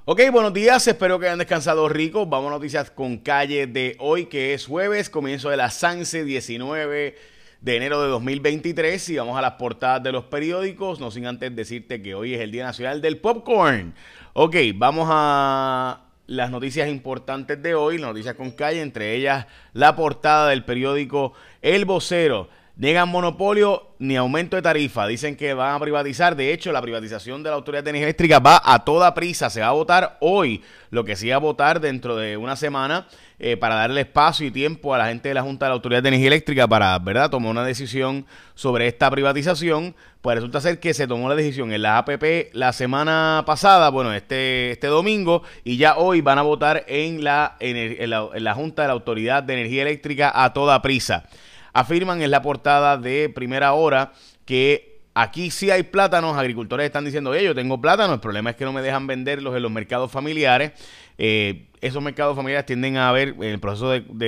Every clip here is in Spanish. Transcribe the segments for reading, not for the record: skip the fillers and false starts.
Ok, buenos días, espero que hayan descansado ricos. Vamos a noticias con calle de hoy, que es jueves, comienzo de la Sanse, 19 de enero de 2023. Y vamos a las portadas de los periódicos, no sin antes decirte que hoy es el Día Nacional del Popcorn. Ok, vamos a las noticias importantes de hoy, las noticias con calle, entre ellas la portada del periódico El Vocero. Niegan monopolio ni aumento de tarifa. Dicen que van a privatizar. De hecho, la privatización de la Autoridad de Energía Eléctrica va a toda prisa. Se va a votar hoy, lo que sí va a votar dentro de una semana, para darle espacio y tiempo a la gente de la Junta de la Autoridad de Energía Eléctrica para, ¿verdad?, tomar una decisión sobre esta privatización. Pues resulta ser que se tomó la decisión en la APP la semana pasada, bueno, este domingo, y ya hoy van a votar en la Junta de la Autoridad de Energía Eléctrica a toda prisa. Afirman en la portada de Primera Hora que aquí sí hay plátanos. Agricultores están diciendo, oye, yo tengo plátanos, el problema es que no me dejan venderlos en los mercados familiares. Esos mercados familiares tienden a haber, en el proceso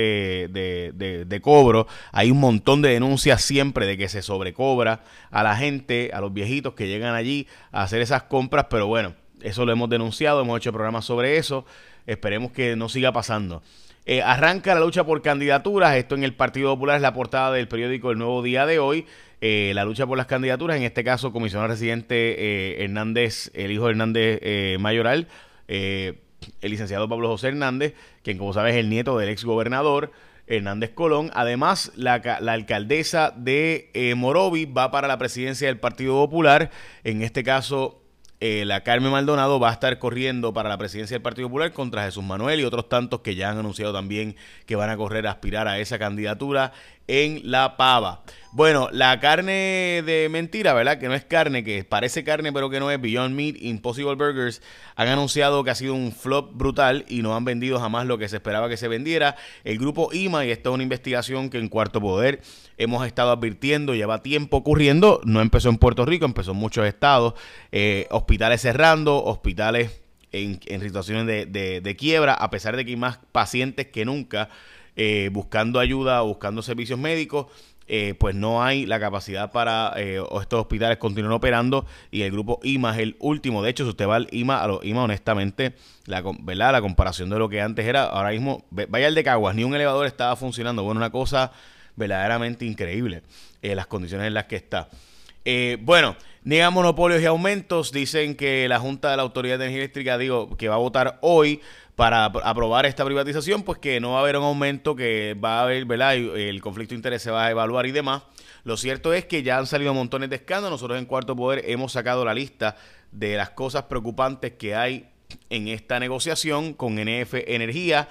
de cobro, hay un montón de denuncias siempre de que se sobrecobra a la gente, a los viejitos que llegan allí a hacer esas compras, pero bueno, eso lo hemos denunciado, hemos hecho programas sobre eso, esperemos que no siga pasando. Arranca la lucha por candidaturas. Esto en el Partido Popular es la portada del periódico El Nuevo Día de hoy. La lucha por las candidaturas, en este caso, comisionado residente Hernández, el hijo de Hernández Mayoral, el licenciado Pablo José Hernández, quien como sabes es el nieto del ex gobernador Hernández Colón. Además, la alcaldesa de Morovis va para la presidencia del Partido Popular. En este caso, la Carmen Maldonado va a estar corriendo para la presidencia del Partido Popular contra Jesús Manuel y otros tantos que ya han anunciado también que van a correr a aspirar a esa candidatura en La Pava. Bueno, la carne de mentira, ¿verdad? Que no es carne, que parece carne pero que no es. Beyond Meat, Impossible Burgers han anunciado que ha sido un flop brutal y no han vendido jamás lo que se esperaba que se vendiera. El grupo IMA, y esta es una investigación que en Cuarto Poder hemos estado advirtiendo, lleva tiempo ocurriendo, no empezó en Puerto Rico, empezó en muchos estados, hospitales cerrando, hospitales en situaciones de quiebra, a pesar de que hay más pacientes que nunca buscando ayuda o buscando servicios médicos. Pues no hay la capacidad para estos hospitales continúen operando, y el grupo IMA es el último. De hecho, si usted va al IMA, a los IMA, honestamente, ¿verdad?, la comparación de lo que antes era, ahora mismo, vaya al de Caguas, ni un elevador estaba funcionando. Bueno, una cosa verdaderamente increíble, las condiciones en las que está. Bueno, niegan monopolios y aumentos. Dicen que la Junta de la Autoridad de Energía Eléctrica, que va a votar hoy para aprobar esta privatización, pues que no va a haber un aumento, que va a haber, ¿verdad?, el conflicto de interés se va a evaluar y demás. Lo cierto es que ya han salido montones de escándalos. Nosotros en Cuarto Poder hemos sacado la lista de las cosas preocupantes que hay en esta negociación con NF Energía,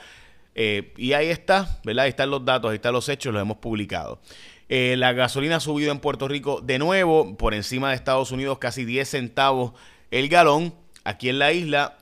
y ahí está, ¿verdad? Ahí están los datos, ahí están los hechos, los hemos publicado. La gasolina ha subido en Puerto Rico de nuevo, por encima de Estados Unidos, casi 10 centavos el galón. Aquí en la isla,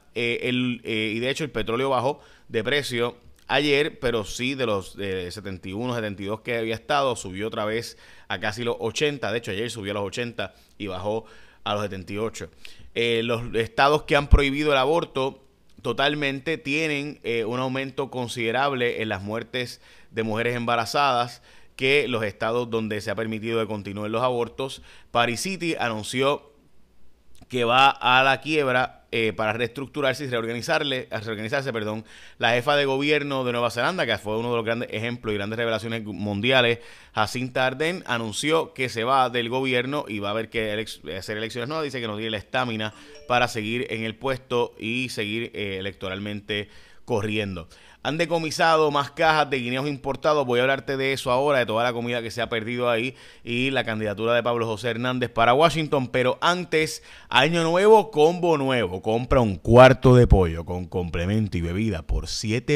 y de hecho el petróleo bajó de precio ayer, pero sí de los 71, 72 que había estado, subió otra vez a casi los 80. De hecho, ayer subió a los 80 y bajó a los 78. Los estados que han prohibido el aborto totalmente tienen un aumento considerable en las muertes de mujeres embarazadas que los estados donde se ha permitido que continúen los abortos. Paris City anunció que va a la quiebra para reestructurarse y reorganizarse. La jefa de gobierno de Nueva Zelanda, que fue uno de los grandes ejemplos y grandes revelaciones mundiales, Jacinta Ardern, anunció que se va del gobierno y va a haber que hacer elecciones nuevas. Dice que no tiene la estamina para seguir en el puesto y seguir electoralmente corriendo. Han decomisado más cajas de guineos importados. Voy a hablarte de eso ahora, de toda la comida que se ha perdido ahí y la candidatura de Pablo José Hernández para Washington. Pero antes, año nuevo, combo nuevo. Compra un cuarto de pollo con complemento y bebida por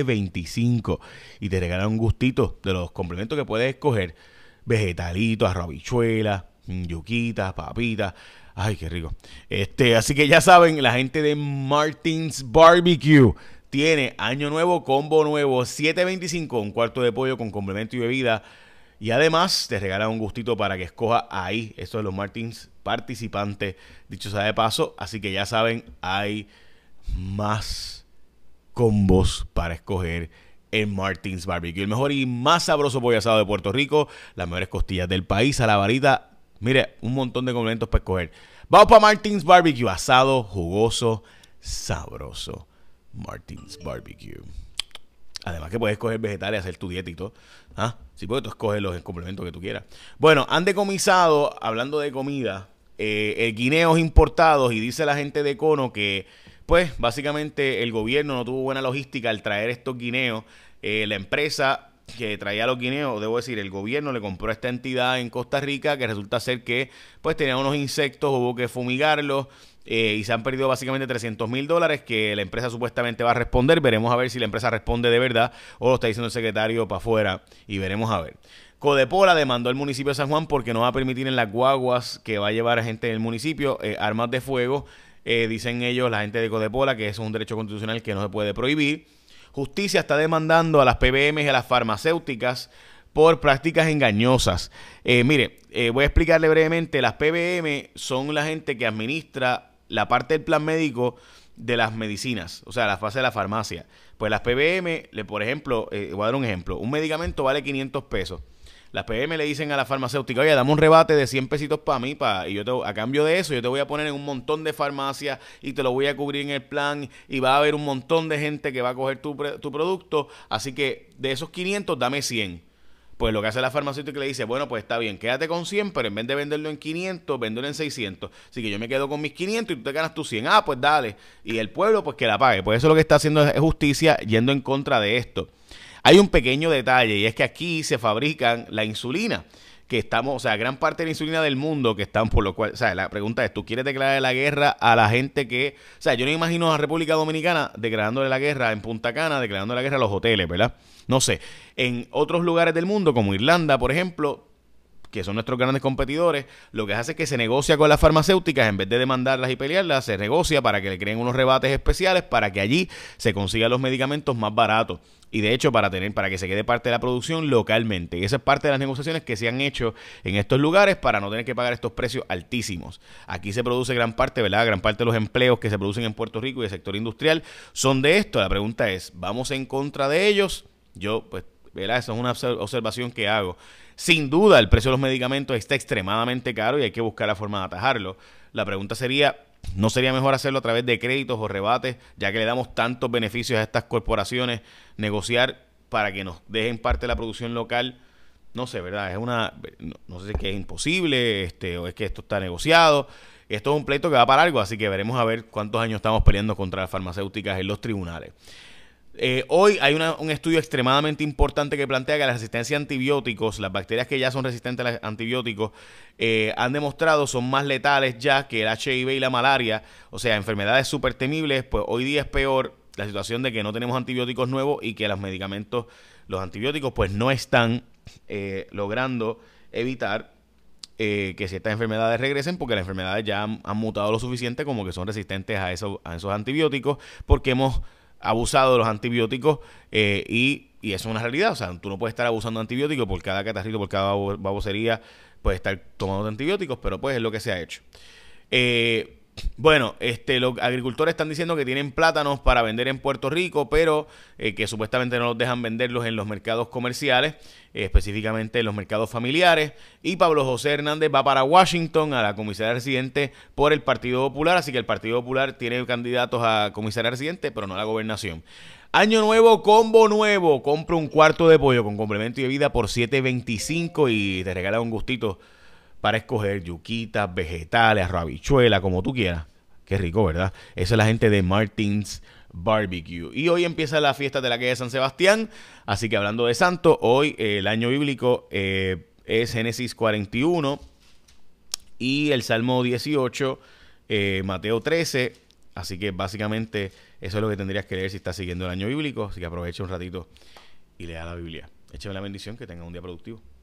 $7.25 y te regalan un gustito de los complementos que puedes escoger: vegetalitos, arroz, habichuelas, yuquitas, papitas. Ay, qué rico. Así que ya saben, la gente de Martins Barbecue tiene año nuevo, combo nuevo, $7.25, un cuarto de pollo con complemento y bebida. Y además te regalan un gustito para que escoja ahí. Esto de los Martins participantes, dicho sea de paso. Así que ya saben, hay más combos para escoger en Martins Barbecue. El mejor y más sabroso pollo asado de Puerto Rico. Las mejores costillas del país a la varita. Mire, un montón de complementos para escoger. Vamos para Martins Barbecue. Asado, jugoso, sabroso. Martins Barbecue. Además que puedes escoger vegetales, hacer tu dieta y todo. ¿Ah? Sí, porque tú escoges los complementos que tú quieras. Bueno, han decomisado, hablando de comida, guineos importados, y dice la gente de Econo que, pues, básicamente el gobierno no tuvo buena logística al traer estos guineos. La empresa que traía los guineos, debo decir, el gobierno le compró a esta entidad en Costa Rica, que resulta ser que, pues, tenía unos insectos, hubo que fumigarlos. Y se han perdido básicamente $300,000 que la empresa supuestamente va a responder. Veremos a ver si la empresa responde de verdad o lo está diciendo el secretario para afuera, y veremos a ver. Codepola demandó al municipio de San Juan porque no va a permitir en las guaguas que va a llevar a gente del municipio armas de fuego. Dicen ellos, la gente de Codepola, que eso es un derecho constitucional que no se puede prohibir. Justicia está demandando a las PBM y a las farmacéuticas por prácticas engañosas. Mire, voy a explicarle brevemente. Las PBM son la gente que administra la parte del plan médico de las medicinas, o sea, la fase de la farmacia. Pues las PBM, por ejemplo, voy a dar un ejemplo, un medicamento vale 500 pesos. Las PBM le dicen a la farmacéutica, oye, dame un rebate de 100 pesitos para mí, y yo a cambio de eso, yo te voy a poner en un montón de farmacias y te lo voy a cubrir en el plan, y va a haber un montón de gente que va a coger tu producto, así que de esos 500, dame 100. Pues lo que hace la farmacéutica le dice, bueno, pues está bien, quédate con 100, pero en vez de venderlo en 500, véndelo en 600. Así que yo me quedo con mis 500 y tú te ganas tus 100. Ah, pues dale. Y el pueblo, pues que la pague. Pues eso lo que está haciendo es justicia, yendo en contra de esto. Hay un pequeño detalle, y es que aquí se fabrican la insulina, que estamos, o sea, gran parte de la insulina del mundo que están, por lo cual, o sea, la pregunta es, ¿tú quieres declarar la guerra a la gente que, o sea, yo no imagino a República Dominicana declarándole la guerra en Punta Cana, declarando la guerra a los hoteles, ¿verdad? No sé, en otros lugares del mundo, como Irlanda, por ejemplo, que son nuestros grandes competidores, lo que hace es que se negocia con las farmacéuticas, en vez de demandarlas y pelearlas, se negocia para que le creen unos rebates especiales para que allí se consigan los medicamentos más baratos. Y de hecho, para que se quede parte de la producción localmente. Y esa es parte de las negociaciones que se han hecho en estos lugares para no tener que pagar estos precios altísimos. Aquí se produce gran parte, ¿verdad? Gran parte de los empleos que se producen en Puerto Rico y el sector industrial son de esto. La pregunta es, ¿vamos en contra de ellos? Yo, pues, ¿verdad? Eso es una observación que hago. Sin duda, el precio de los medicamentos está extremadamente caro y hay que buscar la forma de atajarlo. La pregunta sería, ¿no sería mejor hacerlo a través de créditos o rebates, ya que le damos tantos beneficios a estas corporaciones, negociar para que nos dejen parte de la producción local? No sé, ¿verdad? No sé si es que es imposible, o es que esto está negociado. Esto es un pleito que va para algo, así que veremos a ver cuántos años estamos peleando contra las farmacéuticas en los tribunales. Hoy hay un estudio extremadamente importante que plantea que la resistencia a antibióticos, las bacterias que ya son resistentes a los antibióticos, han demostrado son más letales ya que el HIV y la malaria, o sea, enfermedades súper temibles. Pues hoy día es peor la situación de que no tenemos antibióticos nuevos y que los medicamentos, los antibióticos, pues no están logrando evitar que ciertas enfermedades regresen, porque las enfermedades ya han mutado lo suficiente como que son resistentes a esos antibióticos, porque hemos abusado de los antibióticos y eso es una realidad. O sea, tú no puedes estar abusando de antibióticos por cada catarrito, por cada babosería, puedes estar tomando antibióticos, pero pues es lo que se ha hecho. Bueno, los agricultores están diciendo que tienen plátanos para vender en Puerto Rico, pero que supuestamente no los dejan venderlos en los mercados comerciales, específicamente en los mercados familiares. Y Pablo José Hernández va para Washington a la comisaría residente por el Partido Popular, así que el Partido Popular tiene candidatos a comisaría residente, pero no a la gobernación. Año nuevo, combo nuevo. Compra un cuarto de pollo con complemento y bebida por $7.25 y te regala un gustito para escoger yuquitas, vegetales, arroz, habichuela, como tú quieras. Qué rico, ¿verdad? Esa es la gente de Martins Barbecue. Y hoy empieza la fiesta de la calle de San Sebastián. Así que hablando de santo, hoy el año bíblico es Génesis 41 y el Salmo 18, Mateo 13. Así que básicamente eso es lo que tendrías que leer si estás siguiendo el año bíblico. Así que aprovecha un ratito y lea la Biblia. Échame la bendición, que tenga un día productivo.